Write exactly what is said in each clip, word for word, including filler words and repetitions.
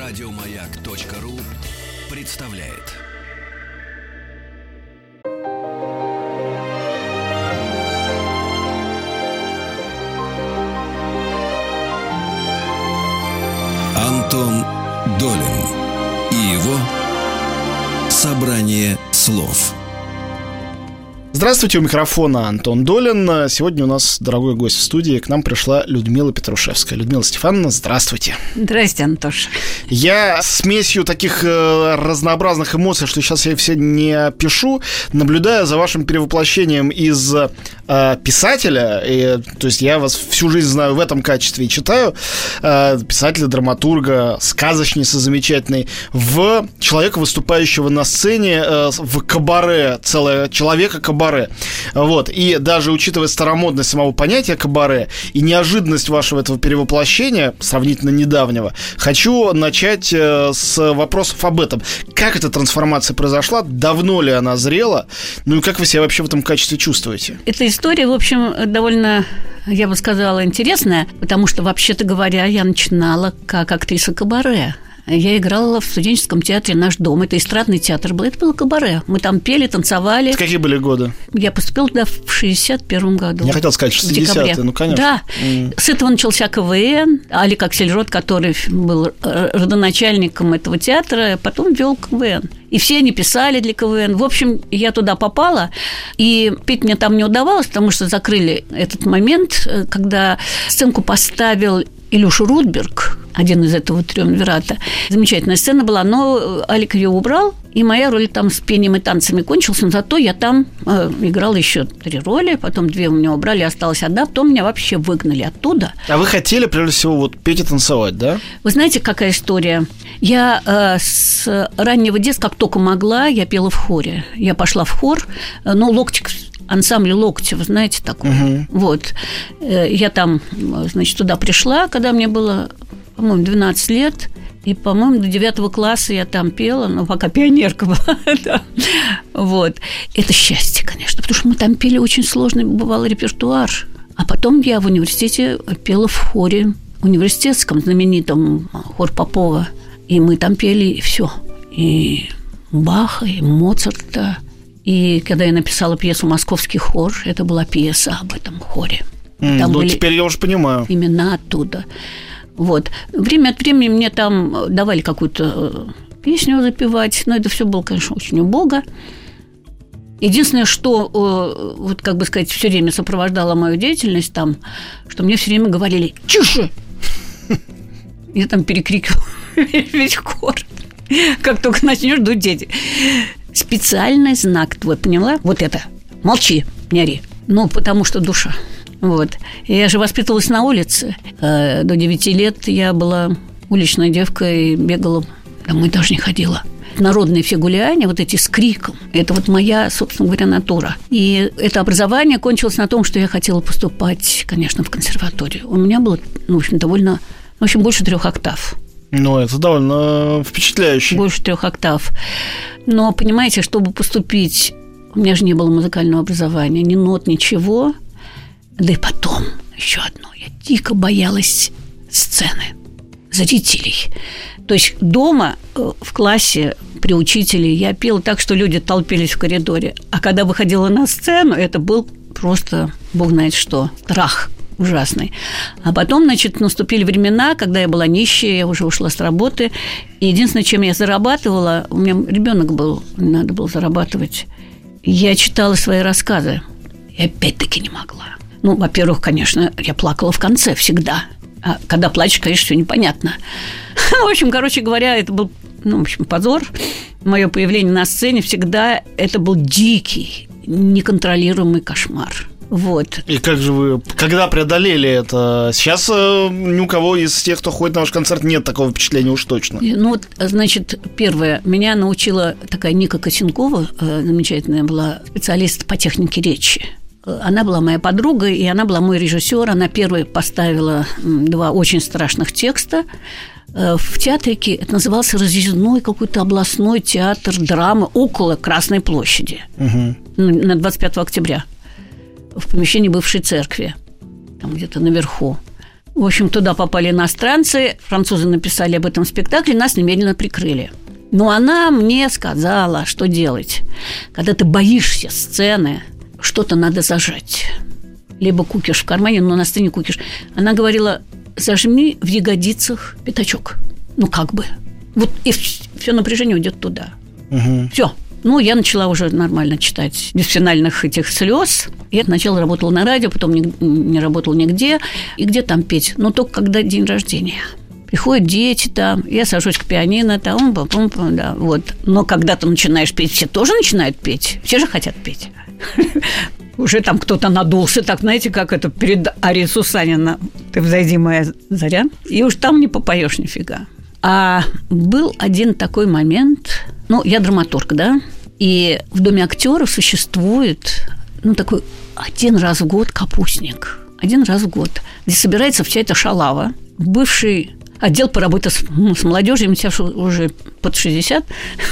Радиомаяк.ру представляет. Антон Долин и его собрание слов. Здравствуйте, у микрофона Антон Долин. Сегодня у нас дорогой гость в студии. К нам пришла Людмила Петрушевская. Людмила Стефановна, здравствуйте. Здрасте, Антош. Я смесью таких э, разнообразных эмоций, что сейчас я все не опишу, наблюдаю за вашим перевоплощением из э, писателя, и, то есть я вас всю жизнь знаю в этом качестве и читаю, э, писателя, драматурга, сказочница замечательной, в человека, выступающего на сцене э, в кабаре, целое человека-кабаре. Вот. И даже учитывая старомодность самого понятия кабаре и неожиданность вашего этого перевоплощения, сравнительно недавнего, хочу начать с вопросов об этом. Как эта трансформация произошла? Давно ли она зрела? Ну и как вы себя вообще в этом качестве чувствуете? Эта история, в общем, довольно, я бы сказала, интересная, потому что, вообще-то говоря, я начинала как актриса кабаре. Я играла в студенческом театре «Наш дом». Это эстрадный театр был. Это было кабаре. Мы там пели, танцевали. Это какие были годы? Я поступила туда в шестьдесят первом году. Я хотел сказать шестидесятые, ну, конечно. Да. Mm. С этого начался КВН. Алик Аксельрод, который был родоначальником этого театра, потом вел КВН. И все они писали для КВН. В общем, я туда попала, и петь мне там не удавалось, потому что закрыли этот момент, когда сценку поставил Илюша Рудберг, один из этого триумвирата. Замечательная сцена была, но Алик ее убрал, и моя роль там с пением и танцами кончилась, но зато я там э, играла еще три роли, потом две у меня убрали, осталась одна, потом меня вообще выгнали оттуда. А вы хотели, прежде всего, вот петь и танцевать, да? Вы знаете, какая история? Я э, с раннего детства, как только могла, я пела в хоре. Я пошла в хор, но Локтев, ансамбль Локтева, знаете, такой. Uh-huh. Вот. Я там, значит, туда пришла, когда мне было, по-моему, двенадцать лет. И, по-моему, до девятого класса я там пела, но пока пионерка была. Да. Вот. Это счастье, конечно, потому что мы там пели очень сложный, бывал, репертуар. А потом я в университете пела в хоре университетском, знаменитом, хор Попова. И мы там пели, и все. И Баха, и Моцарта. И когда я написала пьесу «Московский хор», это была пьеса об этом хоре. Mm, там ну, были теперь я уже понимаю. Имена оттуда. Вот. Время от времени мне там давали какую-то песню запевать, но это все было, конечно, очень убого. Единственное, что, вот как бы сказать, все время сопровождало мою деятельность там, что мне все время говорили «Тише!» Я там перекрикивала весь хор. Как только начнешь дудеть. Специальный знак твой, поняла? Вот это. Молчи, не ори. Ну, потому что душа. Вот. Я же воспитывалась на улице. До девяти лет я была уличной девкой и бегала. Домой даже не ходила. Народные все гуляния, вот эти с криком, это вот моя, собственно говоря, натура. И это образование кончилось на том, что я хотела поступать, конечно, в консерваторию. У меня было, ну, в общем, довольно, в общем, больше трех октав. Ну, это довольно впечатляюще. Больше трех октав. Но, понимаете, чтобы поступить, у меня же не было музыкального образования, ни нот, ничего. Да и потом еще одно. Я дико боялась сцены, зрителей. То есть дома, в классе, при учителе я пела так, что люди толпились в коридоре. А когда выходила на сцену, это был просто, бог знает что, страх ужасный. А потом, значит, наступили времена, когда я была нищая, я уже ушла с работы. И единственное, чем я зарабатывала, у меня ребенок был, надо было зарабатывать. Я читала свои рассказы. И опять-таки не могла. Ну, во-первых, конечно, я плакала в конце всегда. А когда плачешь, конечно, все непонятно. В общем, короче говоря, это был, ну, в общем, позор. Мое появление на сцене всегда это был дикий, неконтролируемый кошмар. Вот. И как же вы, когда преодолели это? Сейчас э, ни у кого из тех, кто ходит на ваш концерт, нет такого впечатления уж точно. Ну, вот, значит, первое, меня научила такая Ника Косенкова, э, замечательная была специалист по технике речи. Она была моя подруга, и она была мой режиссер. Она первой поставила два очень страшных текста. В театрике это назывался разъездной какой-то областной театр драмы около Красной площади. Угу. На двадцать пятого октября. В помещении бывшей церкви. Там где-то наверху. В общем, туда попали иностранцы, французы написали об этом спектакле, нас немедленно прикрыли. Но она мне сказала, что делать. Когда ты боишься сцены, что-то надо зажать. Либо кукиш в кармане, но на сцене кукиш. Она говорила, зажми в ягодицах пятачок. Ну, как бы. Вот и все напряжение уйдет туда. Угу. Все. Ну, я начала уже нормально читать без финальных этих слез. Я сначала работала на радио, потом не, не работала нигде. И где там петь? Ну, только когда день рождения. Приходят дети там, я сажусь к пианино, там, пум-пум, да, вот. Но когда ты начинаешь петь, все тоже начинают петь. Все же хотят петь. Уже там кто-то надулся, так, знаете, как это перед Арией Сусанина. Ты взойди, моя заря. И уж там не попоешь нифига. А был один такой момент, ну, я драматург, да, и в Доме актеров существует, ну, такой один раз в год капустник. Один раз в год, где собирается вся эта шалава, бывший отдел по работе с, ну, с молодежью, им сейчас уже под шестьдесят.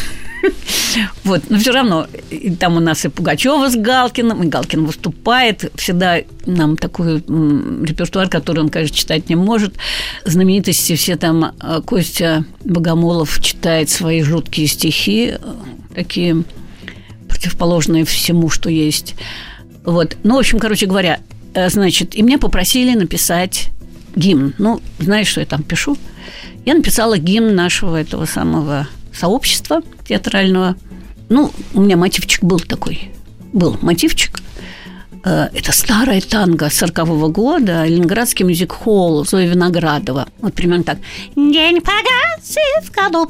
Вот, но все равно там у нас и Пугачева с Галкиным, и Галкин выступает. Всегда нам такой м, репертуар, который он, конечно, читать не может. Знаменитости все там. Костя Богомолов читает свои жуткие стихи, такие противоположные всему, что есть. Вот. Ну, в общем, короче говоря, значит, и меня попросили написать гимн. Ну, знаешь, что я там пишу? Я написала гимн нашего этого самого сообщества театрального. Ну, у меня мотивчик был такой. Был мотивчик. Это старая танго сорокового года, ленинградский мюзик-холл Зои Виноградова. Вот примерно так. День погас и вканул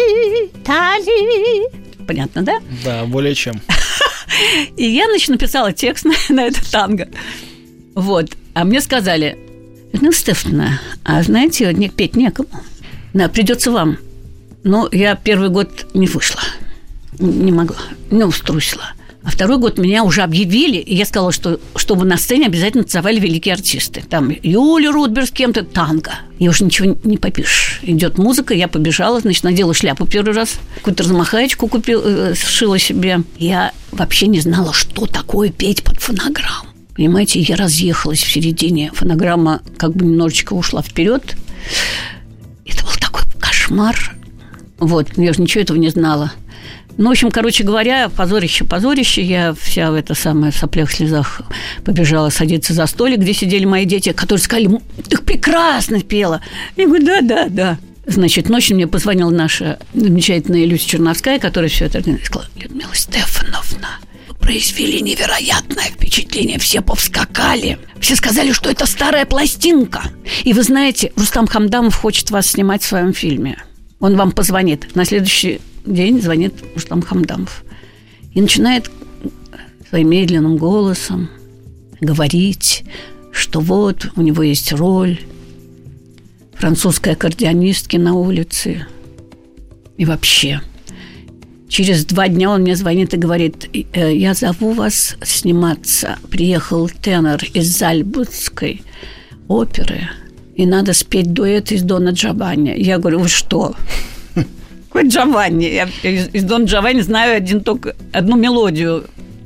Италии. Понятно, да? Да, более чем. И я, значит, написала текст на, на это танго. Вот. А мне сказали, ну, Стефана, а знаете, не, петь некому. Да, придется вам. Но я первый год не вышла. Не могла. Не уструсила. А второй год меня уже объявили, и я сказала, что чтобы на сцене обязательно танцевали великие артисты. Там Юля Рудберг с кем-то, танго. И уже ничего не попишешь. Идет музыка, я побежала, значит, надела шляпу первый раз, какую-то размахаечку купила, сшила себе. Я вообще не знала, что такое петь под фонограмму. Понимаете, я разъехалась в середине. Фонограмма как бы немножечко ушла вперед. Это был такой кошмар. Вот, я же ничего этого не знала. Ну, в общем, короче говоря, позорище, позорище. Я вся в это самое, в соплях, слезах побежала садиться за столик, где сидели мои дети, которые сказали, ты прекрасно пела. Я говорю, да, да, да. Значит, ночью мне позвонила наша замечательная Люся Черновская, которая все это организовала. Сказала, Людмила Стефановна, вы произвели невероятное впечатление. Все повскакали. Все сказали, что это старая пластинка. И вы знаете, Рустам Хамдамов хочет вас снимать в своем фильме. Он вам позвонит. На следующий день звонит Рустам Хамдамов. И начинает своим медленным голосом говорить, что вот у него есть роль французской аккордеонистки на улице. И вообще. Через два дня он мне звонит и говорит, я зову вас сниматься. Приехал тенор из Зальцбургской оперы. И надо спеть дуэт из Дона Джованни. Я говорю, вы что? Какой Джованни? Я из, из Дона Джованни знаю один только, одну мелодию.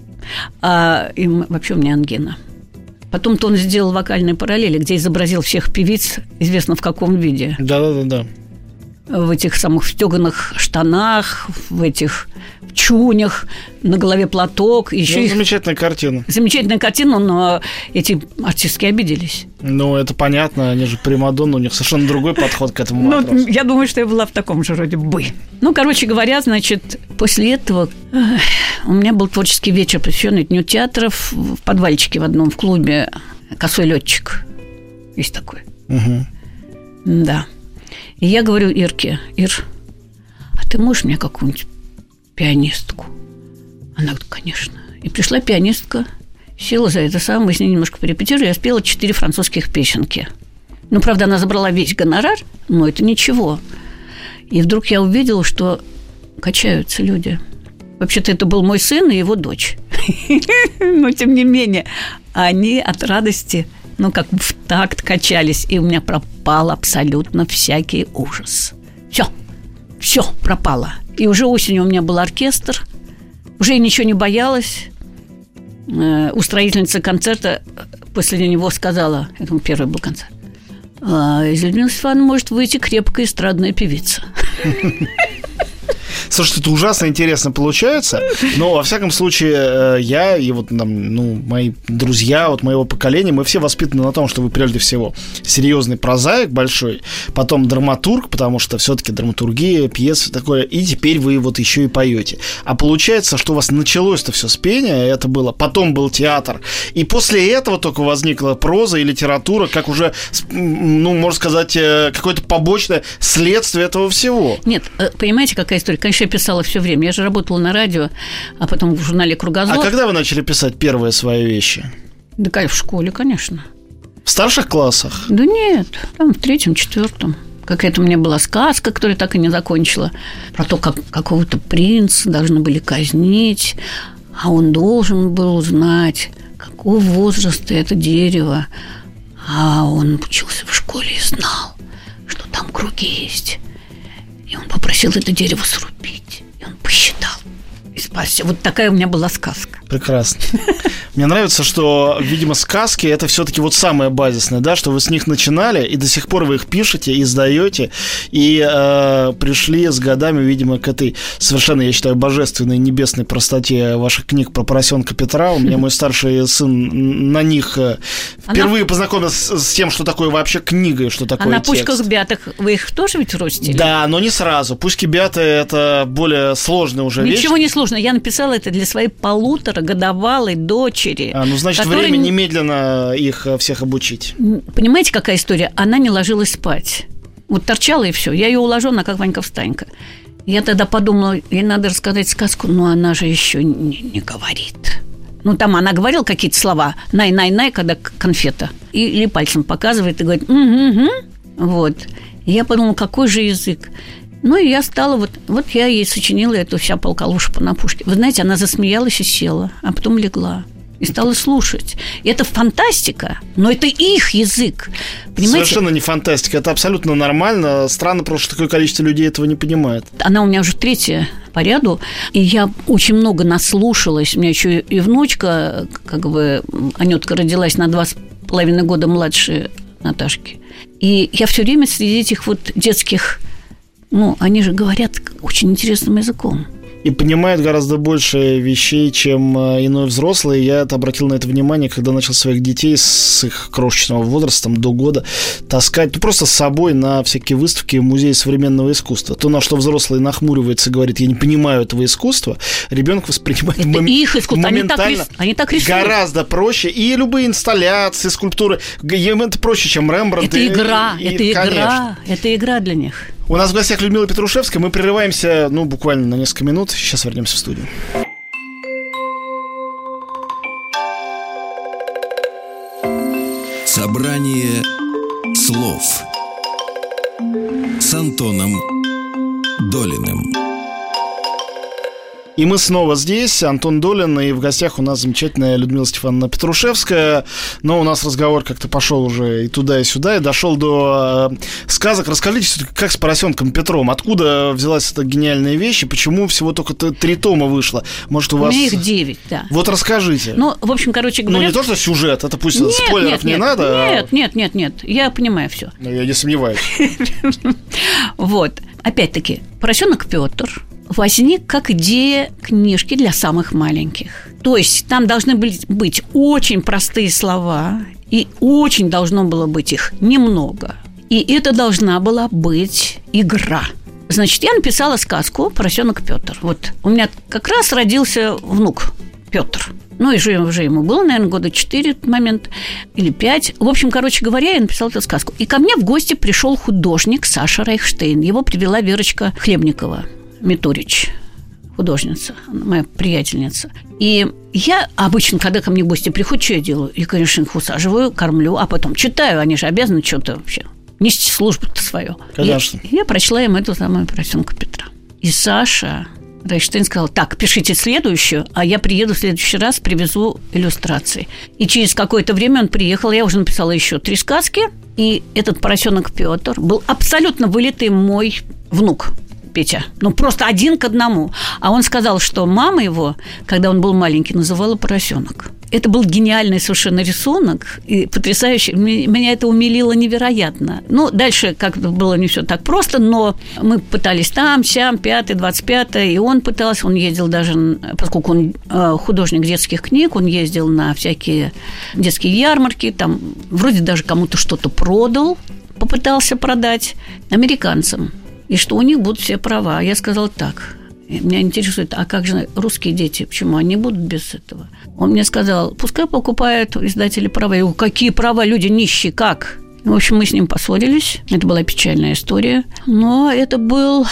А, и вообще у меня ангина. Потом-то он сделал вокальные параллели, где изобразил всех певиц, известно в каком виде. Да-да-да. В этих самых стеганых штанах, в этих в чунях, на голове платок. Еще ну, их... замечательная картина. Замечательная картина, но эти артистки обиделись. Ну, это понятно, они же примадонны, у них совершенно другой подход к этому вопросу. Ну, я думаю, что я была в таком же роде бы. Ну, короче говоря, значит, после этого эх, у меня был творческий вечер, посвященный Дню театров в подвальчике в одном в клубе «Косой летчик». Есть такой. Угу. Да. И я говорю Ирке, Ир, а ты можешь мне какую-нибудь пианистку? Она говорит, конечно. И пришла пианистка, села за это самое, мы с ней немножко порепетировали, я спела четыре французских песенки. Ну, правда, она забрала весь гонорар, но это ничего. И вдруг я увидела, что качаются люди. Вообще-то это был мой сын и его дочь. Но, тем не менее, они от радости... ну, как бы в такт качались, и у меня пропал абсолютно всякий ужас. Все, все пропало. И уже осенью у меня был оркестр, уже я ничего не боялась. Устроительница концерта после него сказала, это первый был концерт, А из Людмилы Степановны может выйти крепкая эстрадная певица. Слушайте, это ужасно интересно получается, но, во всяком случае, я и вот там, ну, мои друзья вот моего поколения, мы все воспитаны на том, что вы прежде всего серьезный прозаик большой, потом драматург, потому что все-таки драматургия, пьесы такое, и теперь вы вот еще и поете. А получается, что у вас началось-то все с пения, это было, потом был театр, и после этого только возникла проза и литература, как уже, ну, можно сказать, какое-то побочное следствие этого всего. Нет, понимаете, какая история? Конечно, я писала все время. Я же работала на радио, а потом в журнале «Кругозор». А когда вы начали писать первые свои вещи? Да, в школе, конечно. В старших классах? Да нет, там в третьем, четвертом. Какая-то у меня была сказка, которую так и не закончила, про то, как какого-то принца должны были казнить, а он должен был узнать, какого возраста это дерево. А он учился в школе и знал, что там круги есть. И он попросил это дерево срубить. И он посчитал. И спасся. Вот такая у меня была сказка. Прекрасно. Мне нравится, что, видимо, сказки – это все-таки вот самое базисное, да, что вы с них начинали, и до сих пор вы их пишете, издаете, и э, пришли с годами, видимо, к этой совершенно, я считаю, божественной небесной простоте ваших книг про поросенка Петра. У меня мой старший сын на них впервые Она... познакомился с тем, что такое вообще книга, и что такое текст. А на текст. «Пуськах-бятах» вы их тоже ведь ростили? Да, но не сразу. «Пуськи-бяты» – это более сложная уже вещь. Ничего не сложно. Я написала это для своей полуторагодовалой дочери. А, ну, значит, которая... время немедленно их всех обучить. Понимаете, какая история? Она не ложилась спать. Вот торчала, и все. Я ее уложу, она как Ванька-встанька. Я тогда подумала, ей надо рассказать сказку, но она же еще не, не говорит. Ну, там она говорила какие-то слова. Най-най-най, когда конфета. И, или пальцем показывает и говорит «угу-угу». Вот. И я подумала, какой же язык. Ну, и я стала, вот, вот я ей сочинила эту вся полкалуша по напушке. Вы знаете, она засмеялась и села, а потом легла. И стала слушать. И это фантастика, но это их язык. Понимаете? Совершенно не фантастика, это абсолютно нормально. Странно просто, что такое количество людей этого не понимает. Она у меня уже третья по ряду, и я очень много наслушалась. У меня еще и внучка, как бы, Анютка родилась на два с половиной года младше Наташки. И я все время среди этих вот детских, ну, они же говорят очень интересным языком. И понимает гораздо больше вещей, чем иной взрослый. Я это обратил на это внимание, когда начал своих детей с их крошечного возраста, там, до года, таскать, ну, просто с собой на всякие выставки в музее современного искусства. То, на что взрослый нахмуривается и говорит, я не понимаю этого искусства, ребенок воспринимает это мом... их искусство. моментально, они так, рис... они так рисуют. Гораздо проще. И любые инсталляции, скульптуры, им это проще, чем Рембрандт. Это и, игра, и, это и, игра, конечно. это игра для них. У нас в гостях Людмила Петрушевская. Мы прерываемся, ну, буквально на несколько минут. Сейчас вернемся в студию. Собрание слов с Антоном Долиным. И мы снова здесь, Антон Долин, и в гостях у нас замечательная Людмила Степановна Петрушевская. Но у нас разговор как-то пошел уже и туда, и сюда, и дошел до э, сказок. Расскажите, как с поросенком Петром? Откуда взялась эта гениальная вещь, и почему всего только три тома вышло? Может, у, у вас... У меня их девять, да. Вот расскажите. Ну, в общем, короче говоря... Ну, не то, что сюжет, это пусть нет, спойлеров нет, не нет, надо. Нет, а... нет, нет, нет, я понимаю все. Ну, я не сомневаюсь. Вот, опять-таки, поросенок Петр возник как идея книжки для самых маленьких. То есть там должны быть, быть очень простые слова, и очень должно было быть их немного. И это должна была быть игра. Значит, я написала сказку «Поросенок Петр». Вот у меня как раз родился внук Петр. Ну, и же, уже ему было, наверное, года четыре в этот момент, или пять. В общем, короче говоря, я написала эту сказку. И ко мне в гости пришел художник Саша Райхштейн. Его привела Верочка Хлебникова. Митурич, художница, моя приятельница. И я обычно, когда ко мне гости приходят, что я делаю? Я, конечно, их усаживаю, кормлю, а потом читаю. Они же обязаны что-то вообще нести службу-то свою. Конечно. И я прочла им эту самую «Поросенка Петра». И Саша Райхштейн сказал, так, пишите следующую, а я приеду в следующий раз, привезу иллюстрации. И через какое-то время он приехал, я уже написала еще три сказки, и этот «Поросенок Петр» был абсолютно вылитый мой внук Петя. Ну, просто один к одному. А он сказал, что мама его, когда он был маленький, называла поросенок. это был гениальный совершенно рисунок, и потрясающий. Меня это умилило невероятно. Ну, дальше как-то было не все так просто, но мы пытались там, сям, пятый, двадцать пятый, и он пытался, он ездил даже, поскольку он художник детских книг, он ездил на всякие детские ярмарки, там вроде даже кому-то что-то продал, попытался продать американцам, и что у них будут все права. Я сказала так: меня интересует, а как же русские дети, почему они будут без этого? Он мне сказал: пускай покупают издатели права. Я говорю: какие права, люди нищие, как? В общем, мы с ним поссорились, это была печальная история, но это был,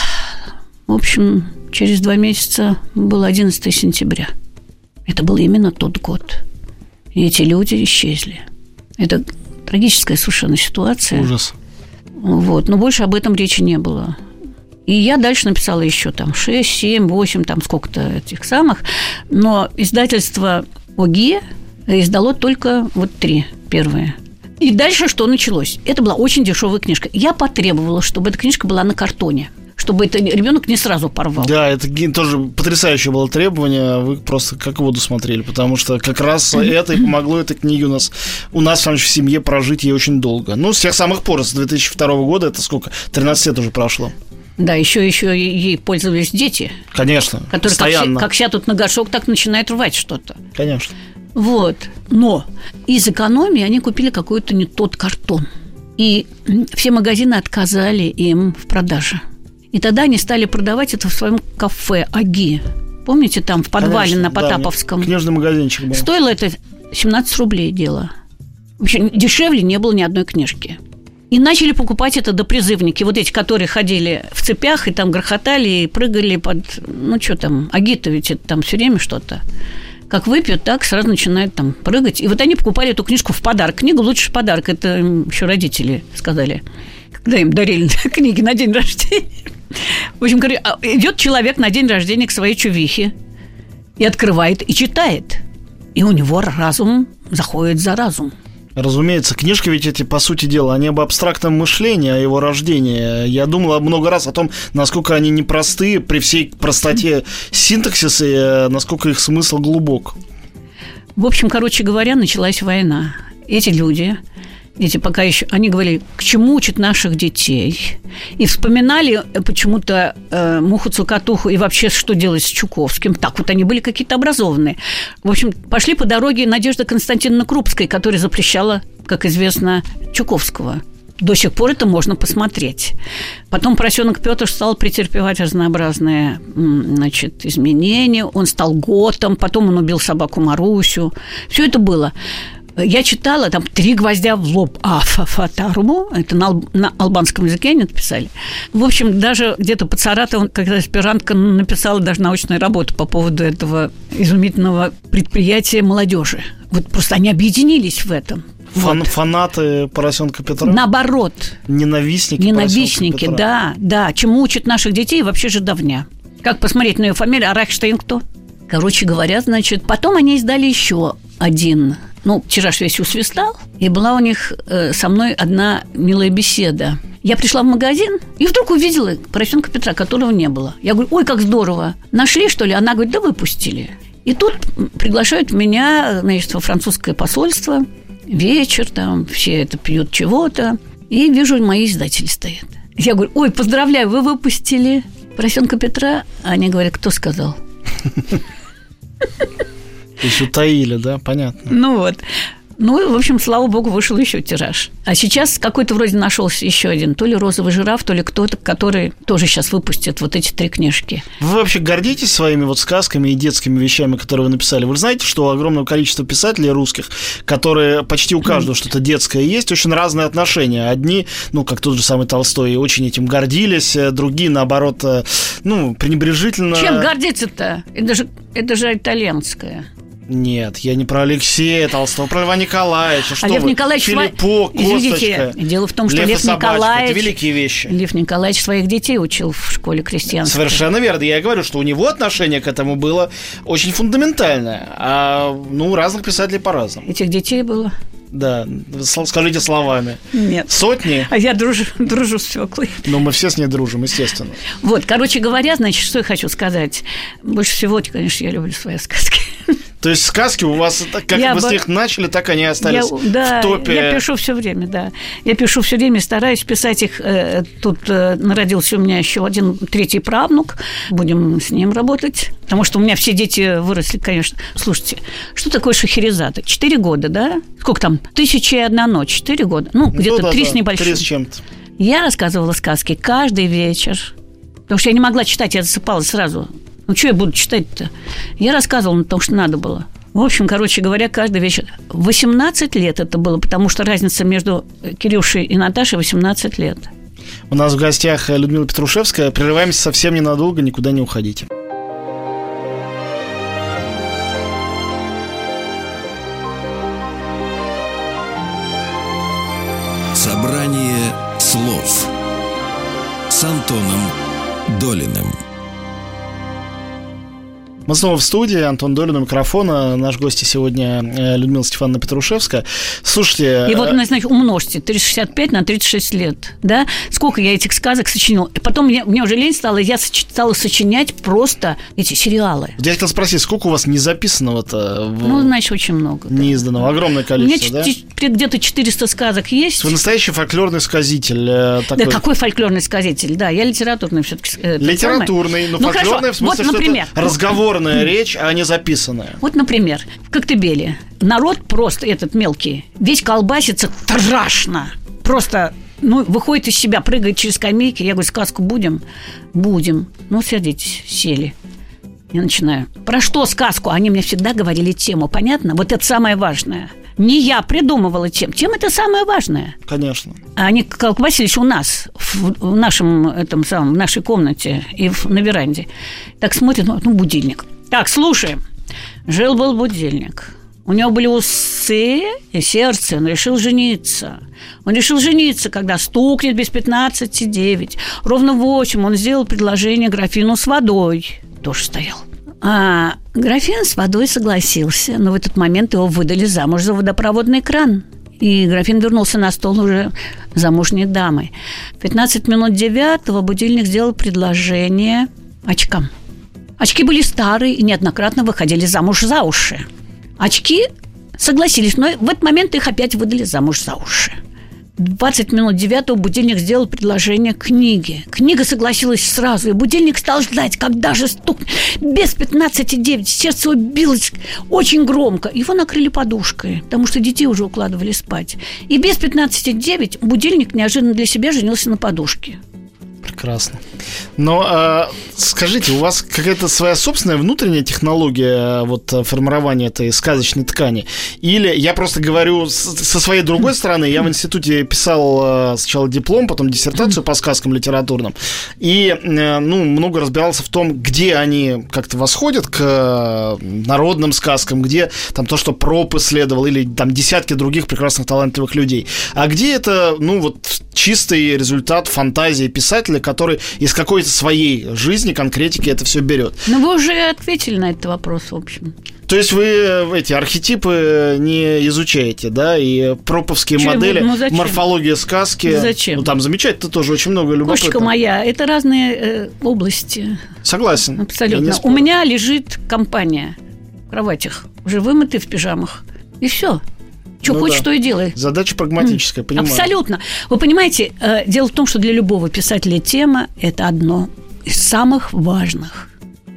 в общем, через два месяца был одиннадцатого сентября. Это был именно тот год, и эти люди исчезли. Это трагическая совершенно ситуация. Ужас. Вот, но больше об этом речи не было. И я дальше написала еще там шесть, семь, восемь, там сколько-то этих самых. Но издательство ОГИ издало только вот три первые. И дальше что началось? Это была очень дешевая книжка. Я потребовала, чтобы эта книжка была на картоне, чтобы это ребенок не сразу порвал. Да, это тоже потрясающее было требование. Вы просто как в воду смотрели, потому что как раз это и помогло этой книге у нас, у нас в семье прожить ей очень долго. Ну, с тех самых пор, с две тысячи второго года, это сколько? тринадцать лет уже прошло. Да, еще, еще ей пользовались дети. Конечно, которые постоянно. Как, как сядут на горшок, так начинают рвать что-то. Конечно. Вот. Но из экономии они купили какой-то не тот картон. И все магазины отказали им в продаже. И тогда они стали продавать это в своем кафе «Аги». Помните, там в подвале, конечно, на Потаповском? Да, книжный магазинчик был. Стоило это семнадцать рублей дело. В общем, дешевле не было ни одной книжки. И начали покупать это допризывники. Вот эти, которые ходили в цепях и там грохотали и прыгали под... Ну, что там, Аги-то ведь это там все время что-то. Как выпьют, так сразу начинают там прыгать. И вот они покупали эту книжку в подарок. Книгу лучше подарок. Это еще родители сказали, когда им дарили книги на день рождения. В общем, идет человек на день рождения к своей чувихе и открывает, и читает. И у него разум заходит за разум. Разумеется, книжки ведь эти, по сути дела, они об абстрактном мышлении, о его рождении. Я думал много раз о том, насколько они непростые, при всей простоте синтаксиса, и насколько их смысл глубок. В общем, короче говоря, началась война. Эти люди, эти пока еще, они говорили, к чему учат наших детей. И вспоминали почему-то э, Муху-Цокотуху и вообще, что делать с Чуковским. Так вот, они были какие-то образованные. В общем, пошли по дороге Надежды Константиновны Крупской, которая запрещала, как известно, Чуковского. До сих пор это можно посмотреть. Потом поросенок Петр стал претерпевать разнообразные, значит, изменения. Он стал готом, потом он убил собаку Марусю. Все это было. Я читала, там «Три гвоздя в лоб Афафатаруму». Это на, алб... на албанском языке они написали. В общем, даже где-то под Саратовом, когда аспирантка написала даже научную работу по поводу этого изумительного предприятия молодежи. Вот просто они объединились в этом. Фан, вот. Фанаты поросенка Петра? Наоборот. Ненавистники Ненавистники, Петра. да, да. Чему учат наших детей вообще жидовня. Как посмотреть на ее фамилию? А Райхштейн кто? Короче говоря, значит, потом они издали еще один... Ну, тираж весь усвистал, и была у них э, со мной одна милая беседа. Я пришла в магазин и вдруг увидела поросенка Петра, которого не было. Я говорю: ой, как здорово. Нашли, что ли? Она говорит: да выпустили. И тут приглашают меня, значит, во французское посольство. Вечер, там все это пьют чего-то. И вижу, мои издатели стоят. Я говорю: ой, поздравляю, вы выпустили поросенка Петра. А они говорят: кто сказал? То есть утаили, да? Понятно. Ну вот. Ну, в общем, слава богу, вышел еще тираж. А сейчас какой-то вроде нашелся еще один. То ли «Розовый жираф», то ли кто-то, который тоже сейчас выпустит вот эти три книжки. Вы вообще гордитесь своими вот сказками и детскими вещами, которые вы написали? Вы знаете, что у огромного количества писателей русских, которые почти у каждого что-то детское есть, очень разные отношения. Одни, ну, как тот же самый Толстой, очень этим гордились, другие, наоборот, ну, пренебрежительно... Чем гордиться-то? Это же, это же итальянское. Нет, я не про Алексея Толстого, про Льва Николаевича. Что а Лев вы? Николаевич... Филиппо, Извините, дело в том, что Лев, Лев Николаевич... Это великие вещи. Лев Николаевич своих детей учил в школе крестьянской. Совершенно верно. Я и говорю, что у него отношение к этому было очень фундаментальное. А, ну, у разных писателей по-разному. Этих детей было? Да, скажите словами. Нет. Сотни? А я дружу, дружу с свеклой. Но мы все с ней дружим, естественно. Вот, короче говоря, значит, что я хочу сказать. Больше всего, конечно, я люблю свои сказки. То есть сказки у вас, как я вы бо... с них начали, так они остались я, да, в топе. Я пишу все время, да. Я пишу все время, стараюсь писать их. Тут народился у меня еще один третий правнук. Будем с ним работать. Потому что у меня все дети выросли, конечно. Слушайте, что такое Шахерезада? Четыре года, да? Сколько там? Тысяча и одна ночь. Четыре года. Ну, где-то ну, три да, с небольшим. Три с чем-то. Я рассказывала сказки каждый вечер. Потому что я не могла читать, я засыпала сразу. Ну, что я буду читать-то? Я рассказывала, потому что надо было. В общем, короче говоря, каждый вечер. восемнадцать лет это было, потому что разница между Кирюшей и Наташей восемнадцать лет. У нас в гостях Людмила Петрушевская. Прерываемся совсем ненадолго, никуда не уходите. Собрание слов с Антоном Долиным. Мы снова в студии, Антон Долин у микрофона. Наш гость сегодня Людмила Стефановна Петрушевская. Слушайте... И вот, значит, умножьте триста шестьдесят пять на тридцать шесть лет, да? Сколько я этих сказок сочинила. И потом мне, мне уже лень стало, я стала сочинять просто эти сериалы. Я хотел спросить, сколько у вас незаписанного-то? В... Ну, значит, очень много. Неизданного. Да. Огромное количество, да? У меня да? где-то четыреста сказок есть. Вы настоящий фольклорный сказитель. Такой... Да какой фольклорный сказитель? Да, я литературный все-таки. Литературный, но ну, фольклорный, в смысле, вот, например, что это разговор речь, а не записанная. Вот, например, в Коктебеле народ просто этот мелкий, весь колбасится страшно. Просто, ну, выходит из себя, прыгает через скамейки. Я говорю, сказку будем? Будем. Ну, садитесь, сели. Я начинаю. Про что сказку? Они мне всегда говорили тему, понятно? Вот это самое важное. Не я придумывала тему. Тема – это самое важное. Конечно. Они колбасились у нас, в, в нашем, этом самом, в нашей комнате и в, на веранде. Так смотрят, ну, будильник. Так, слушаем. Жил-был будильник. У него были усы и сердце. Он решил жениться. Он решил жениться, когда стукнет без пятнадцати девять. Ровно в восемь он сделал предложение графину с водой. Тоже стоял. А графин с водой согласился, но в этот момент его выдали замуж за водопроводный кран. И графин вернулся на стол уже замужней дамой. В пятнадцать минут девятого будильник сделал предложение очкам. Очки были старые и неоднократно выходили замуж за уши. Очки согласились, но в этот момент их опять выдали замуж за уши. двадцать минут девятого будильник сделал предложение книге. Книга согласилась сразу, и будильник стал ждать, когда же стук. Без пятнадцати девять сердце билось очень громко. Его накрыли подушкой, потому что детей уже укладывали спать. И без пятнадцати девять будильник неожиданно для себя женился на подушке. Прекрасно. Но а, скажите, у вас какая-то своя собственная внутренняя технология вот, формирования этой сказочной ткани? Или я просто говорю со своей другой стороны, я в институте писал сначала диплом, потом диссертацию по сказкам литературным, и ну, много разбирался в том, где они как-то восходят к народным сказкам, где там то, что Проп исследовал, или там десятки других прекрасных талантливых людей. А где это, ну, вот чистый результат фантазии писателя, который из какой-то своей жизни, конкретики это все берет. Ну, вы уже ответили на этот вопрос, в общем. То есть вы эти архетипы не изучаете, да, и проповские Чего? модели, ну, морфология сказки. Зачем? Ну, там замечательно тоже очень много любопытного. Кошечка моя, это разные э, области. Согласен. Абсолютно. У меня лежит компания в кроватях, уже вымыты в пижамах, и все. Что ну хочешь, да. то и делай. Задача прагматическая, понимаю. Абсолютно. Вы понимаете, э, дело в том, что для любого писателя тема – это одно из самых важных,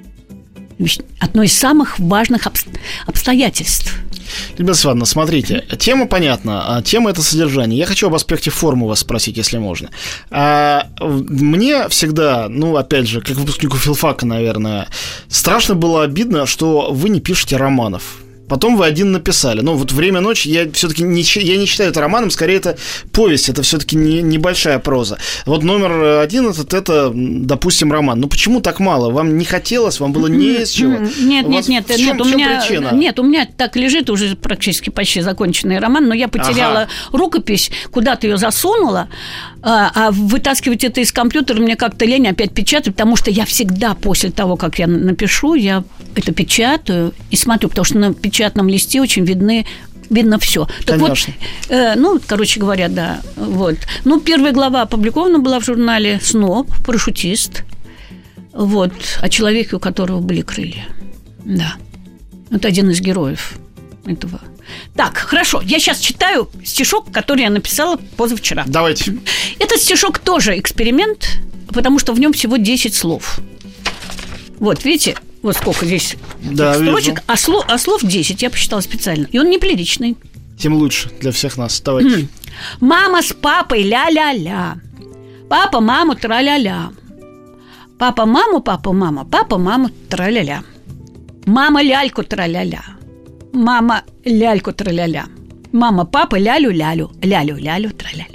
одно из самых важных обс- обстоятельств. Людмила Ивановна, смотрите, тема понятна, а тема – это содержание. Я хочу об аспекте формы вас спросить, если можно. А, мне всегда, ну, опять же, как выпускнику филфака, наверное, страшно было обидно, что вы не пишете романов. Потом вы один написали. Ну, вот «Время ночи» я все-таки не, я не считаю это романом, скорее это повесть, это все-таки не, небольшая проза. Вот номер один этот, это, допустим, роман. Ну, почему так мало? Вам не хотелось, вам было не из чего? Нет, нет, нет, в чем, нет, у в чем меня, причина? Нет, у меня так лежит уже практически почти законченный роман, но я потеряла ага. рукопись, куда-то ее засунула, а, а вытаскивать это из компьютера мне как-то лень опять печатать, потому что я всегда после того, как я напишу, я это печатаю и смотрю, потому что на печатном листе очень видны видно все. Так Конечно. вот, э, ну, короче говоря, да, вот. Ну, первая глава опубликована была в журнале «Сноб», «Парашютист», вот, о человеке, у которого были крылья, да. Это один из героев этого. Так, хорошо, я сейчас читаю стишок, который я написала позавчера. Давайте. Этот стишок тоже эксперимент, потому что в нем всего десять слов. Вот, видите, вот сколько здесь да, строчек, вижу. а, слов, а слов десять, я посчитала специально. И он неприличный. Тем лучше для всех нас. Давайте. Мама с папой ля-ля-ля. Папа маму тра-ля-ля. Папа маму, папа мама, папа маму тра-ля-ля. Мама ляльку тра-ля-ля. Мама ляльку тра-ля-ля. Мама папа лялю-лялю. Лялю-лялю тра-ля-ля.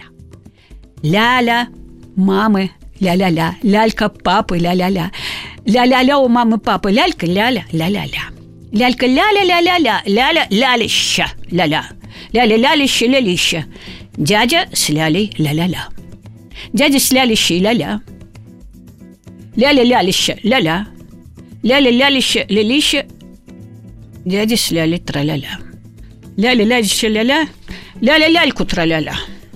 Ляля мамы ля-ля-ля. Лялька папы ля-ля-ля. Ля-ля-ля у мамы папы. Лялька ляля ля-ля-ля. Лялька ля-ля-ля-ля-ля. Ляля лялища ля-ля. Ляля лялище лялища. Дядя с лялей ля-ля-ля. Дядя с лялищей ля-ля. Ляля лялища ля-ля. Ляля лялище лялище. Дядя с лялей тра-ля-ля. Ляля лялище ля-ля. Ляля ляльку тра-ля-ля.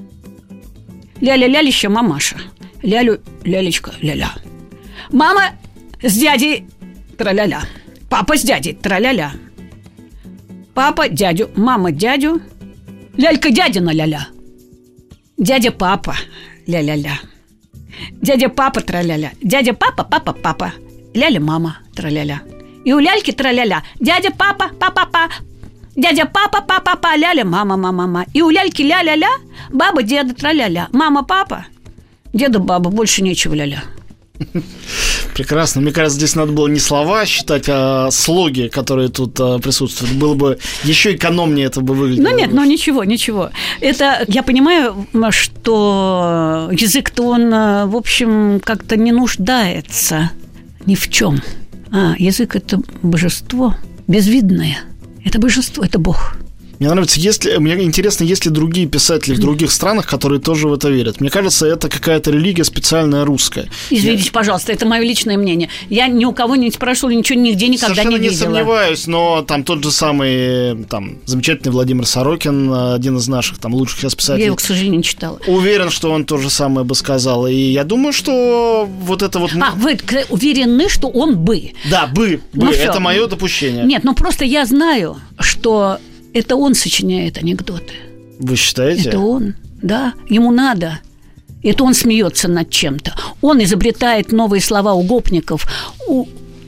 Ляля лялище мамаша. Лялю лялечка ля-ля. Мама с дядей тра-ля-ля. Папа с дядей тра-ля-ля. Папа дядю, мама дядю. Лялька дядина ля-ля. Дядя папа ля-ля-ля. Дядя папа тра-ля-ля. Дядя папа, папа, папа. Ляля мама тра-ля-ля. И у ляльки тра-ля-ля. Дядя папа, папа-па. Дядя папа, папа-па. Ляля мама, мама-мама. И у ляльки ля-ля-ля. Баба, деда тра-ля-ля. Мама, папа. Деда, баба. Больше нечего ля-ля. Прекрасно. Мне кажется, здесь надо было не слова считать, а слоги, которые тут а, присутствуют. Было бы еще экономнее это бы выглядело. Ну нет, ну ничего, ничего. Это, я понимаю, что язык-то он, в общем, как-то не нуждается ни в чем. А язык – это божество безвидное. Это божество, это Бог. Мне нравится, если, мне интересно, есть ли другие писатели в других странах, которые тоже в это верят. Мне кажется, это какая-то религия специальная русская. Извините, Я... пожалуйста, это мое личное мнение. Я ни у кого не спрашивала, ничего нигде никогда Совершенно не видела. Совершенно не сомневаюсь, но там тот же самый там, замечательный Владимир Сорокин, один из наших там, лучших сейчас писателей. Я его, к сожалению, не читала. Уверен, что он то же самое бы сказал. И я думаю, что вот это вот... А, вы уверены, что он бы? Да, бы, бы. Ну, это мое допущение. Нет, ну просто я знаю, что... Это он сочиняет анекдоты. Вы считаете? Это он, да. Ему надо. Это он смеется над чем-то. Он изобретает новые слова у гопников, у,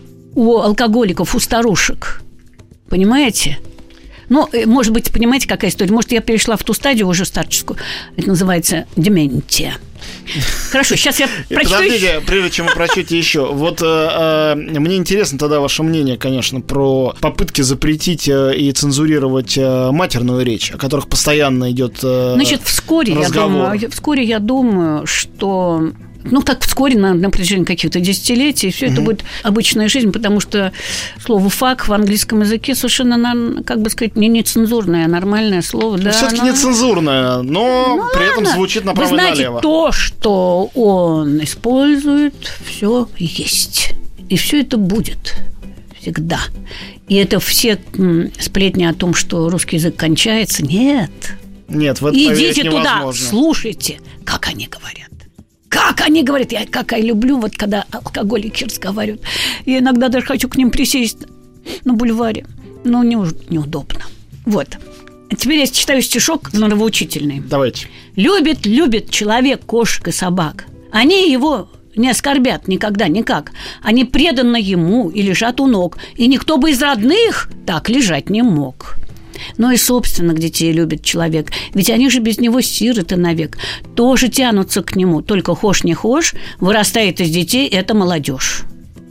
у алкоголиков, у старушек. Понимаете? Ну, может быть, понимаете, какая история? Может, я перешла в ту стадию уже старческую. Это называется дементия. Хорошо, сейчас я прочту. Подождите, еще. прежде чем вы прочтете еще. Вот э, э, мне интересно тогда ваше мнение, конечно, про попытки запретить э, и цензурировать э, матерную речь, о которых постоянно идет э, Значит, вскоре разговор. я думаю, вскоре я думаю, что... Ну, так вскоре, на, на протяжении каких-то десятилетий, все угу. это будет обычная жизнь, потому что слово «фак» в английском языке совершенно, как бы сказать, не нецензурное, а нормальное слово. Ну, да, все-таки оно... нецензурное, но ну, при ладно. этом звучит направо и налево. Вы знаете, то, что он использует, все есть. И все это будет всегда. И это все сплетни о том, что русский язык кончается, нет. Нет, в это идите туда, невозможно. Слушайте, как они говорят. Как они говорят, я как я люблю, вот когда алкоголики разговаривают. Я иногда даже хочу к ним присесть на бульваре. Но не, неудобно. Вот. А теперь я читаю стишок нравоучительный. Давайте. Любит, любит человек кошек и собак. Они его не оскорбят никогда, никак. Они преданы ему и лежат у ног. И никто бы из родных так лежать не мог. Но и собственных детей любит человек. Ведь они же без него сироты навек. Тоже тянутся к нему. Только хошь не хошь, вырастает из детей эта молодежь.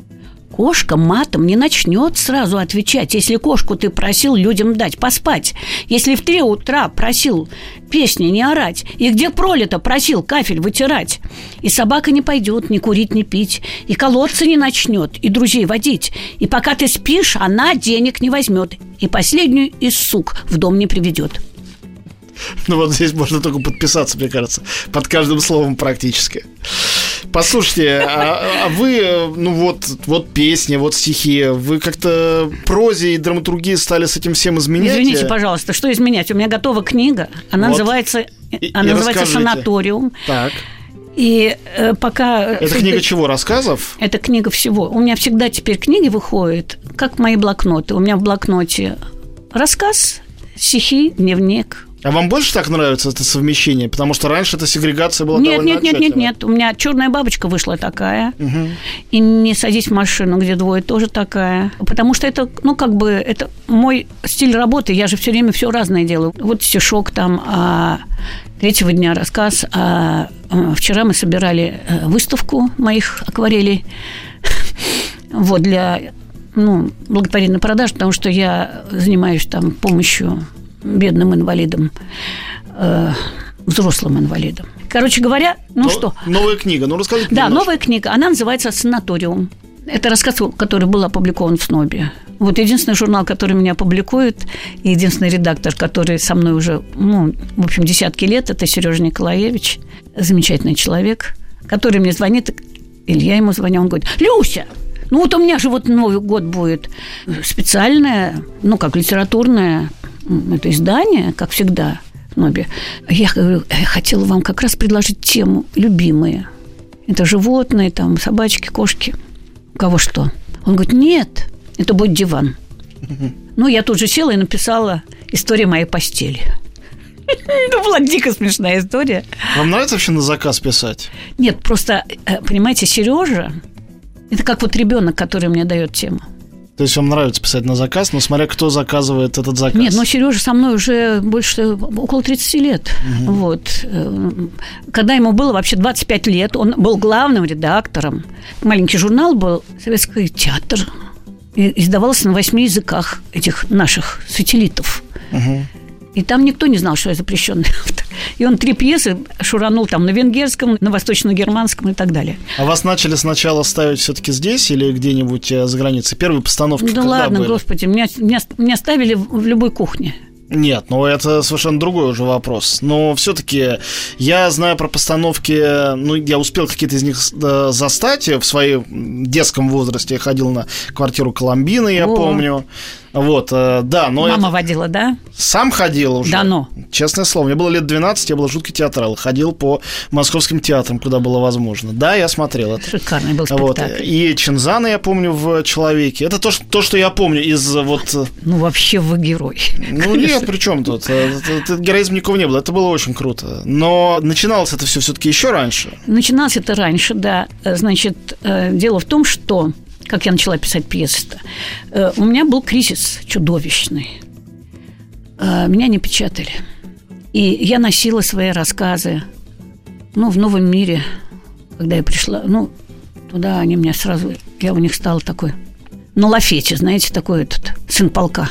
Кошка матом не начнет сразу отвечать, если кошку ты просил людям дать поспать. Если в три утра просил песни не орать, и где пролито просил кафель вытирать. И собака не пойдет ни курить, ни пить, и колодца не начнет, и друзей водить. И пока ты спишь, она денег не возьмет, и последнюю из сук в дом не приведет. Ну вот здесь можно только подписаться, мне кажется, под каждым словом практически. Послушайте, а, а вы, ну вот, вот песни, вот стихи, вы как-то прозе и драматургии стали с этим всем изменять? Извините, пожалуйста, что изменять? У меня готова книга, она вот. называется, и, она и называется «Санаториум». Так. И э, пока... Это книга чего, рассказов? Это книга всего. У меня всегда теперь книги выходят, как мои блокноты. У меня в блокноте рассказ, стихи, дневник. А вам больше так нравится это совмещение? Потому что раньше эта сегрегация была нет, довольно нет, нет, отчетливая. нет, нет. У меня «Черная бабочка» вышла такая. Угу. И «Не садись в машину», где двое, тоже такая. Потому что это, ну, как бы, это мой стиль работы. Я же все время все разное делаю. Вот стишок там, а третьего дня рассказ. А вчера мы собирали выставку моих акварелей. Вот, для, ну, благотворительной продажи, потому что я занимаюсь там помощью бедным инвалидам, э, взрослым инвалидам. Короче говоря, ну Но, что... Новая книга, ну расскажите Да, немножко. новая книга, она называется «Санаториум». Это рассказ, который был опубликован в СНОБе. Вот единственный журнал, который меня публикует, и единственный редактор, который со мной уже, ну, в общем, десятки лет, это Сережа Николаевич, замечательный человек, который мне звонит, или я ему звоню, он говорит: «Люся, ну вот у меня же вот Новый год будет специальное, ну, как литературное это издание, как всегда, в СНОБе. Я говорю, я хотела вам как раз предложить тему любимые. Это животные, там, собачки, кошки. У кого что?» Он говорит: «Нет, это будет диван». Ну, я тут же села и написала «История моей постели». Это была дико смешная история. Вам нравится вообще на заказ писать? Нет, просто, понимаете, Сережа – это как вот ребенок, который мне дает тему. То есть вам нравится писать на заказ, но смотря кто заказывает этот заказ. Нет, ну Сережа со мной уже больше, около тридцати лет. Угу. Вот. Когда ему было вообще двадцать пять лет, он был главным редактором. Маленький журнал был «Советский театр». И издавался на восьми языках этих наших сателлитов. Угу. И там никто не знал, что я запрещенный автор. И он три пьесы шуранул там на венгерском, на восточно-германском и так далее. А вас начали сначала ставить все-таки здесь или где-нибудь за границей? Первые постановки да когда ладно, были? Господи, меня, меня, меня ставили в любой кухне. Нет, ну это совершенно другой уже вопрос. Но все-таки я знаю про постановки, ну, я успел какие-то из них застать в своем детском возрасте. Я ходил на квартиру Коломбины, я О. помню. Вот, да, но Мама это... водила, да? Сам ходил уже. Да, ну. Честное слово, мне было лет двенадцать, я был жуткий театрал. Ходил по московским театрам, куда было возможно. Да, я смотрел это. Шикарный был спектакль. Вот. И Чинзана я помню в «Человеке». Это то, что, то, что я помню из вот... Ну, вообще вы герой. Ну, нет, при чем тут? Героизма никого не было, это было очень круто. Но начиналось это все все-таки еще раньше. Начиналось это раньше, да. Значит, дело в том, что... Как я начала писать пьесы-то? У меня был кризис чудовищный. Меня не печатали. И я носила свои рассказы. Ну, в новом мире, когда я пришла, ну, туда они меня сразу... Я у них стала такой... На лафете, знаете, такой этот сын полка.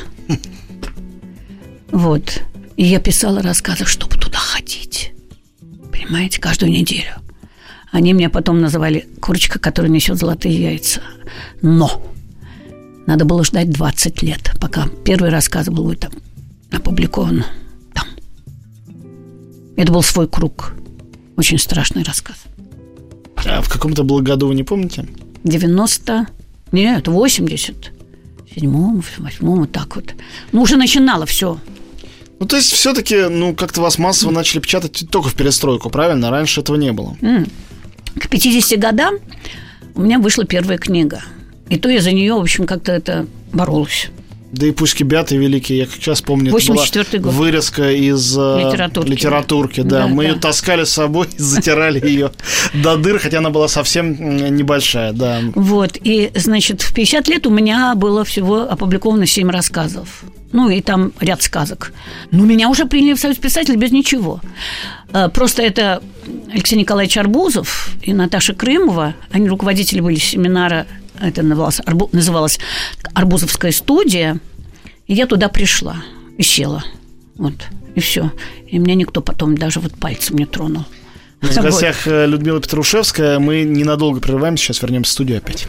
Вот. И я писала рассказы, чтобы туда ходить. Понимаете, каждую неделю. Они меня потом называли «курочка, которая несет золотые яйца». Но надо было ждать двадцать лет, пока первый рассказ был там опубликован там. Это был «Свой круг». Очень страшный рассказ. А в каком-то было году, вы не помните? девяносто... Нет, восемьдесят седьмом, восьмом, вот так вот. Ну, уже начинало все. Ну, то есть, все-таки, ну, как-то вас массово начали печатать только в перестройку, правильно? Раньше этого не было. Mm. К пятидесяти годам у меня вышла первая книга. И то я за нее, в общем, как-то это боролась. Да и пусть беаты великие, я как сейчас помню, восемьдесят четвёртый год. Вырезка из литературки, литературки да. да, Мы да. ее таскали с собой, затирали ее до дыр, хотя она была совсем небольшая, да. Вот, и, значит, в пятьдесят лет у меня было всего опубликовано семь рассказов. Ну, и там ряд сказок. Но меня уже приняли в Союз писателей без ничего. Просто это Алексей Николаевич Арбузов и Наташа Крымова, они руководители были семинара, это называлось, называлось «Арбузовская студия», и я туда пришла и села. Вот, и все. И меня никто потом даже вот пальцем не тронул. В гостях Людмила Петрушевская. Мы ненадолго прерываемся, сейчас вернемся в студию опять.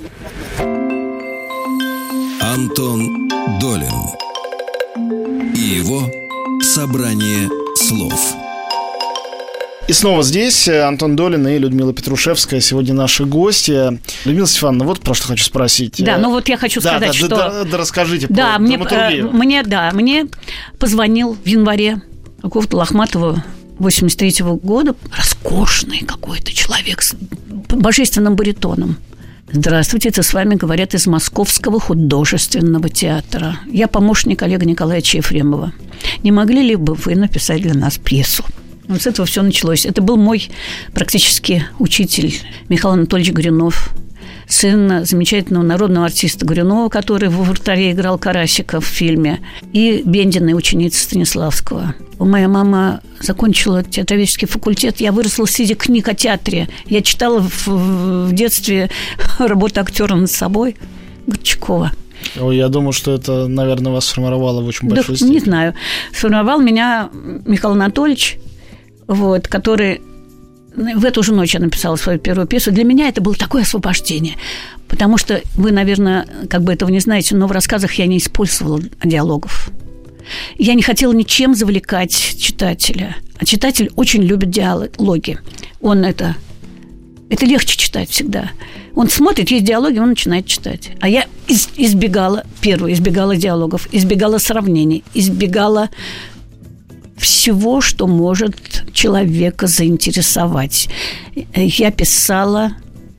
Антон Долин и его «Собрание слов». И снова здесь Антон Долин и Людмила Петрушевская сегодня наши гости. Людмила Стефановна, вот про что хочу спросить. Да, ну вот я хочу да, сказать, да, что... Да, да, да, расскажите да, про мне, драматургию. Мне, да, мне позвонил в январе какого-то лохматого восемьдесят третьего года, роскошный какой-то человек с божественным баритоном. Здравствуйте, это с вами говорят из Московского художественного театра. Я помощник Олега Николаевича Ефремова. Не могли ли бы вы написать для нас пьесу? Вот с этого все началось. Это был мой практически учитель Михаил Анатольевич Горюнов, сын замечательного народного артиста Горюнова, который в вратаре играл Карасика в фильме, и Бендиной, ученица Станиславского. Моя мама закончила театроведческий факультет. Я выросла, сидя книг о театре. Я читала в, в детстве работу актера над собой Горчакова. Ой, я думаю, что это, наверное, вас сформировало в очень большой да, степени. Не знаю. Сформировал меня Михаил Анатольевич, вот, который... В эту же ночь я написала свою первую пьесу. Для меня это было такое освобождение. Потому что вы, наверное, как бы этого не знаете, но в рассказах я не использовала диалогов. Я не хотела ничем завлекать читателя. А читатель очень любит диалоги. Он это... Это легче читать всегда. Он смотрит, есть диалоги, он начинает читать. А я из, избегала, первое, избегала диалогов, избегала сравнений, избегала всего, что может человека заинтересовать. Я писала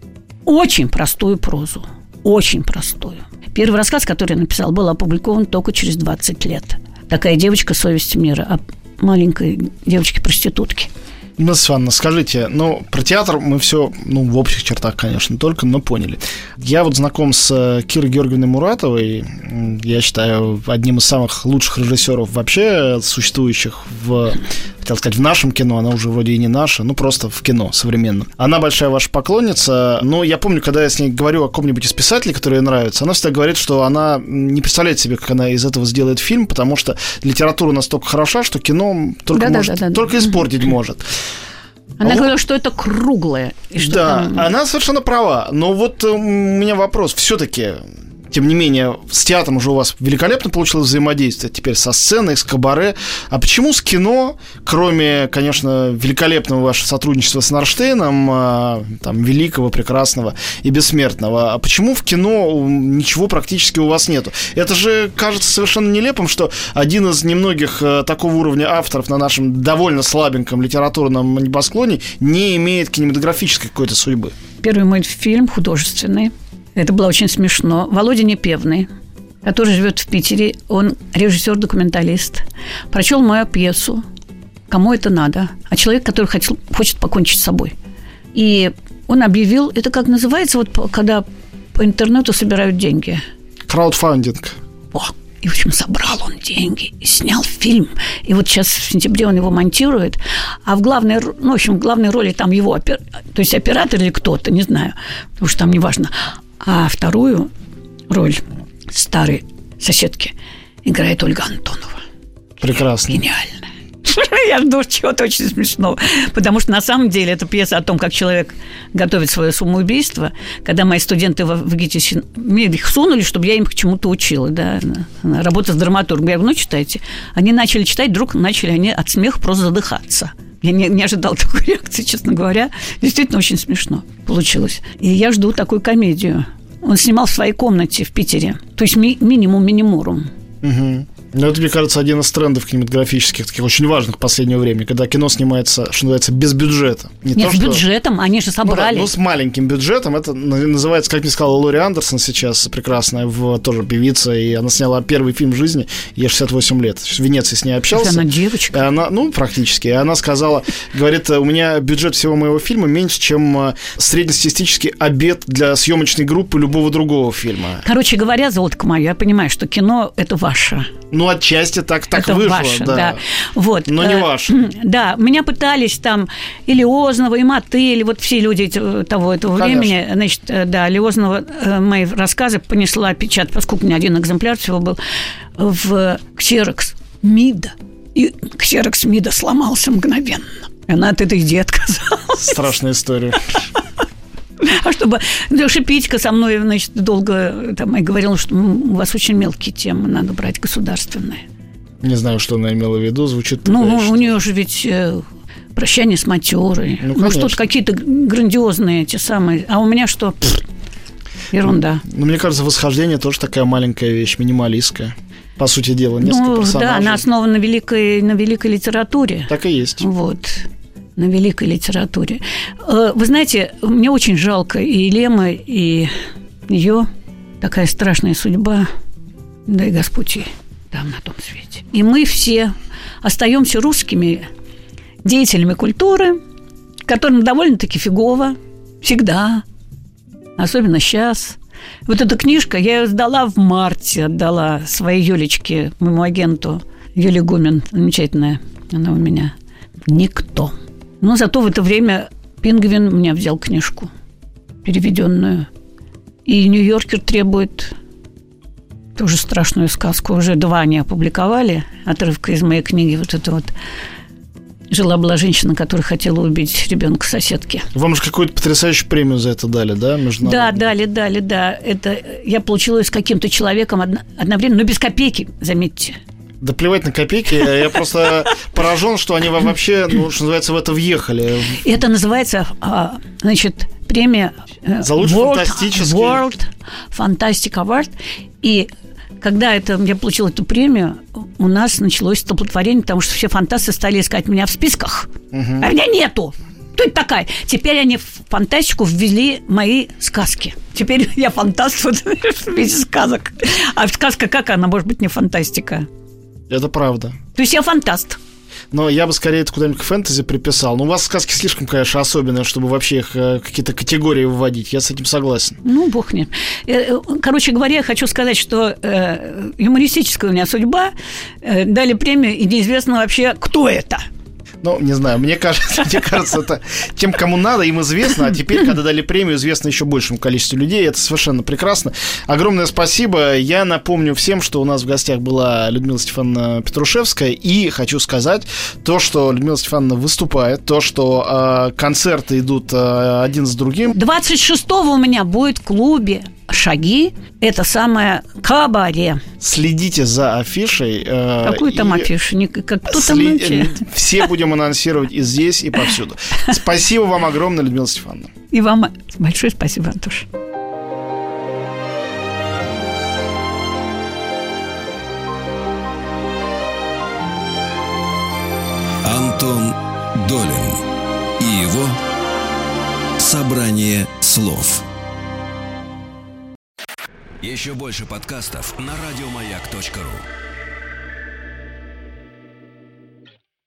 очень простую прозу. Очень простую. Первый рассказ, который я написала, был опубликован только через двадцать лет. Такая девочка «Совесть мира» о маленькой девочке-проститутке. Инесса Ивановна, скажите, ну, про театр мы все, ну, в общих чертах, конечно, только, но поняли. Я вот знаком с Кирой Георгиевной Муратовой, я считаю, одним из самых лучших режиссеров вообще существующих в, хотел сказать, в нашем кино, она уже вроде и не наша, ну, просто в кино современном. Она большая ваша поклонница, но я помню, когда я с ней говорю о ком-нибудь из писателей, который ей нравится, она всегда говорит, что она не представляет себе, как она из этого сделает фильм, потому что литература настолько хороша, что кино только, да, может, да, да, только да. испортить может. Она а говорила, вот, что это круглое. И что да, там... она совершенно права. Но вот у меня вопрос. Все-таки, тем не менее, с театром уже у вас великолепно получилось взаимодействие. Теперь со сценой, с кабаре. А почему с кино, кроме, конечно, великолепного вашего сотрудничества с Нарштейном, там, великого, прекрасного и бессмертного, а почему в кино ничего практически у вас нету? Это же кажется совершенно нелепым, что один из немногих такого уровня авторов на нашем довольно слабеньком литературном небосклоне не имеет кинематографической какой-то судьбы. Первый мой фильм художественный. Это было очень смешно. Володя Непевный, который живет в Питере, он режиссер-документалист, прочел мою пьесу «Кому это надо?», а человек, который хотел, хочет покончить с собой. И он объявил, это как называется, вот когда по интернету собирают деньги? Краудфандинг. О, и, в общем, собрал он деньги и снял фильм. И вот сейчас в сентябре он его монтирует. А в главной, ну, в общем, в главной роли там его, опер... то есть оператор или кто-то, не знаю, потому что там не важно. А вторую роль старой соседки играет Ольга Антонова. Прекрасно. Гениально. Я жду чего-то очень смешного. Потому что на самом деле это пьеса о том, как человек готовит свое самоубийство. Когда мои студенты в ГИТИСе мне их сунули, чтобы я им к чему-то учила. Да, работа с драматургом. Я говорю, ну, читайте. Они начали читать, вдруг начали они от смеха просто задыхаться. Я не, не ожидала такой реакции, честно говоря. Действительно очень смешно получилось. И я жду такую комедию. Он снимал в своей комнате в Питере. То есть ми- минимум миниморум. Угу. Ну, это, мне кажется, один из трендов кинематографических, таких очень важных в последнее время, когда кино снимается, что называется, без бюджета. Не Нет, то, с что... бюджетом, они же собрали. Ну, да, ну, с маленьким бюджетом. Это называется, как мне сказала Лори Андерсон сейчас, прекрасная, в, тоже певица, и она сняла первый фильм в жизни, ей шестьдесят восемь лет. В Венеции с ней общался. Она девочка. И она, ну, практически. И она сказала, говорит, у меня бюджет всего моего фильма меньше, чем среднестатистический обед для съемочной группы любого другого фильма. Короче говоря, золотко мое, я понимаю, что кино – это ваше. Ну, отчасти так, так это вышло, ваше, да. да. Вот. Но не ваше. Да, меня пытались там и Лиознова, и Мотель, вот все люди того этого Конечно. времени, значит, да, Лиознова мои рассказы понесла печать, поскольку у меня один экземпляр всего был, в ксерокс МИДа. И ксерокс МИДа сломался мгновенно. Она от этой идеи отказалась. Страшная история. А чтобы Шипитько со мной, значит, долго там, и говорила, что у вас очень мелкие темы, надо брать государственные. Не знаю, что она имела в виду, звучит... Ну, у нее же ведь э, прощание с матерой. Ну, ну что-то какие-то грандиозные эти самые. А у меня что? Пфф, ерунда. Ну, мне кажется, восхождение тоже такая маленькая вещь, минималистская. по сути дела, несколько ну, персонажей. Да, она основана на великой, на великой литературе. Так и есть. Вот, на великой литературе. Вы знаете, мне очень жалко и Елемы, и ее. Такая страшная судьба. Да и Господь ей там на том свете. И мы все остаемся русскими деятелями культуры, которым довольно-таки фигово. Всегда. Особенно сейчас. Вот эта книжка, я ее сдала в марте, отдала своей Юлечке, моему агенту. Юлия Гумен, замечательная она у меня. Никто. Но зато в это время Пингвин у меня взял книжку, переведенную. И Нью-Йоркер требует тоже страшную сказку. Уже два они опубликовали. Отрывка из моей книги. Вот это вот. Жила-была женщина, которая хотела убить ребенка соседки. Вам же какую-то потрясающую премию за это дали, да? Да, дали, дали, да. Это я получила ее с каким-то человеком одно, одновременно, но без копейки, заметьте. Да плевать на копейки. Я просто поражен, что они вообще, ну, что называется, в это въехали. Это называется, значит, премия за лучший World, фантастический... World Fantastic Award. И когда это, я получила эту премию, у нас началось столпотворение, потому что все фантасты стали искать меня в списках. Угу. А меня нету. Кто это такая? Теперь они в фантастику ввели мои сказки. Теперь я фантаст вот, в виде сказок. А сказка как? Она может быть не фантастика. Это правда. То есть я фантаст. Но я бы скорее это куда-нибудь к фэнтези приписал. Но у вас сказки слишком, конечно, особенные, чтобы вообще их какие-то категории выводить. Я с этим согласен. Ну, бог нет. Короче говоря, я хочу сказать, что э, юмористическая у меня судьба. Э, дали премию, и неизвестно вообще, кто это. Ну, не знаю, мне кажется, мне кажется, это тем, кому надо, им известно. А теперь, когда дали премию, известно еще большему количеству людей. Это совершенно прекрасно. Огромное спасибо. Я напомню всем, что у нас в гостях была Людмила Стефановна Петрушевская. И хочу сказать то, что Людмила Стефановна выступает, то, что э, концерты идут э, один за другим. двадцать шестого у меня будет в клубе «Шаги». Это самое кабаре. Следите за афишей. Э, Какую там афишу? Кто сли... там Все будем анонсировать и здесь, и повсюду. Спасибо вам огромное, Людмила Стефановна. И вам большое спасибо, Антош. Антон Долин и его «Собрание слов». Еще больше подкастов на радиомаяк точка ру.